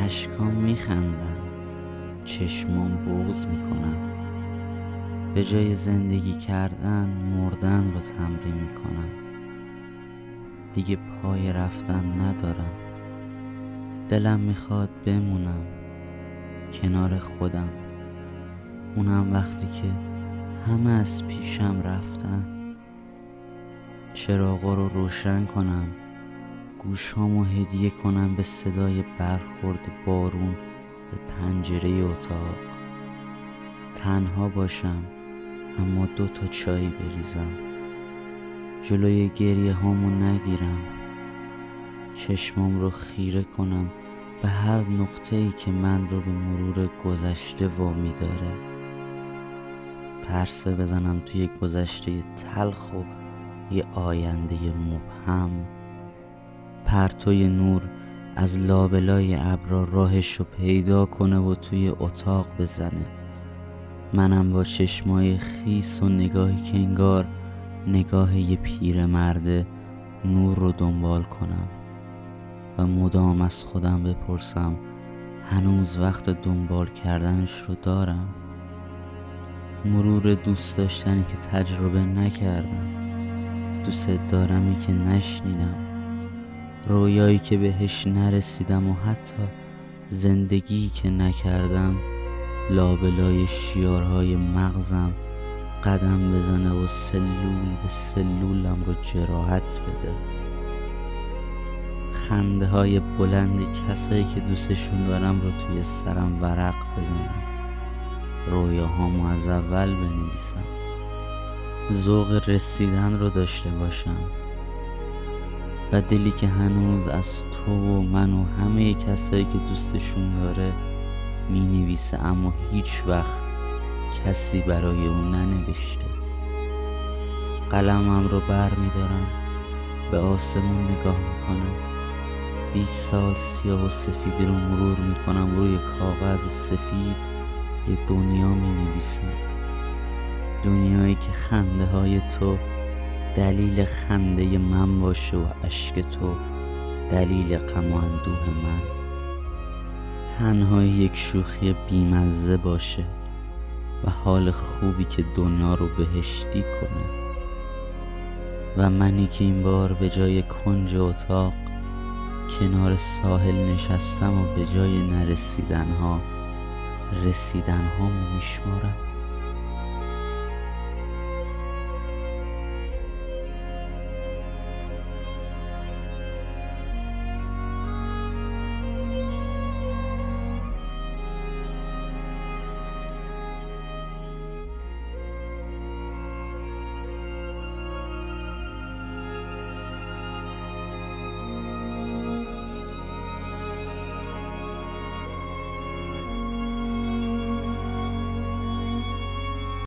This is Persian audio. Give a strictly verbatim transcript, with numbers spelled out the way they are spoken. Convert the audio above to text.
اشکام میخندن، چشمام بغض میکنن. به جای زندگی کردن مردن رو تمرین میکنم. دیگه پای رفتن ندارم. دلم میخواد بمونم کنار خودم، اونم وقتی که همه از پیشم رفتن. چراغا رو روشن کنم، گوشامو هدیه کنم به صدای برخورد بارون به پنجره اتاق. تنها باشم اما دو تا چای بریزم، جلوی گریه هامو نگیرم. چشمام رو خیره کنم به هر نقطه‌ای که من رو به مرور گذشته وامی داره. پرسه بزنم توی گذشته تلخ و یه آینده مبهم. پرتوی نور از لابلای ابرا راهش رو پیدا کنه و توی اتاق بزنه. منم با چشمای خیس و نگاهی که انگار نگاه یه پیرمرده نور رو دنبال کنم و مدام از خودم بپرسم هنوز وقت دنبال کردنش رو دارم؟ مرور دوست داشتنی که تجربه نکردم، دوست دارمی که نشنیدم، رویایی که بهش نرسیدم و حتی زندگی که نکردم. لابلای شیارهای مغزم قدم بزنه و سلول به سلولم رو جراحت بده. خنده های بلند کسایی که دوستشون دارم رو توی سرم ورق بزنم، رویاهامو از اول بنویسم، ذوق رسیدن رو داشته باشم و دلی که هنوز از تو و من و همه کسایی که دوستشون داره می نویسه اما هیچ وقت کسی برای اون ننوشته. قلمم رو بر می دارم، به آسمون نگاه می کنم. بیست سال سیاه و سفیدی رو مرور می کنم، روی کاغذ سفید یه دنیا می نویسم. دنیایی که خنده های تو دلیل خنده من باشه و اشک تو دلیل غم و اندوه من. تنهایی یک شوخی بیمزه باشه و حال خوبی که دنیا رو بهشتی کنه و منی که این بار به جای کنج اتاق کنار ساحل نشستم و به جای نرسیدنها رسیدنهامو میشمارم.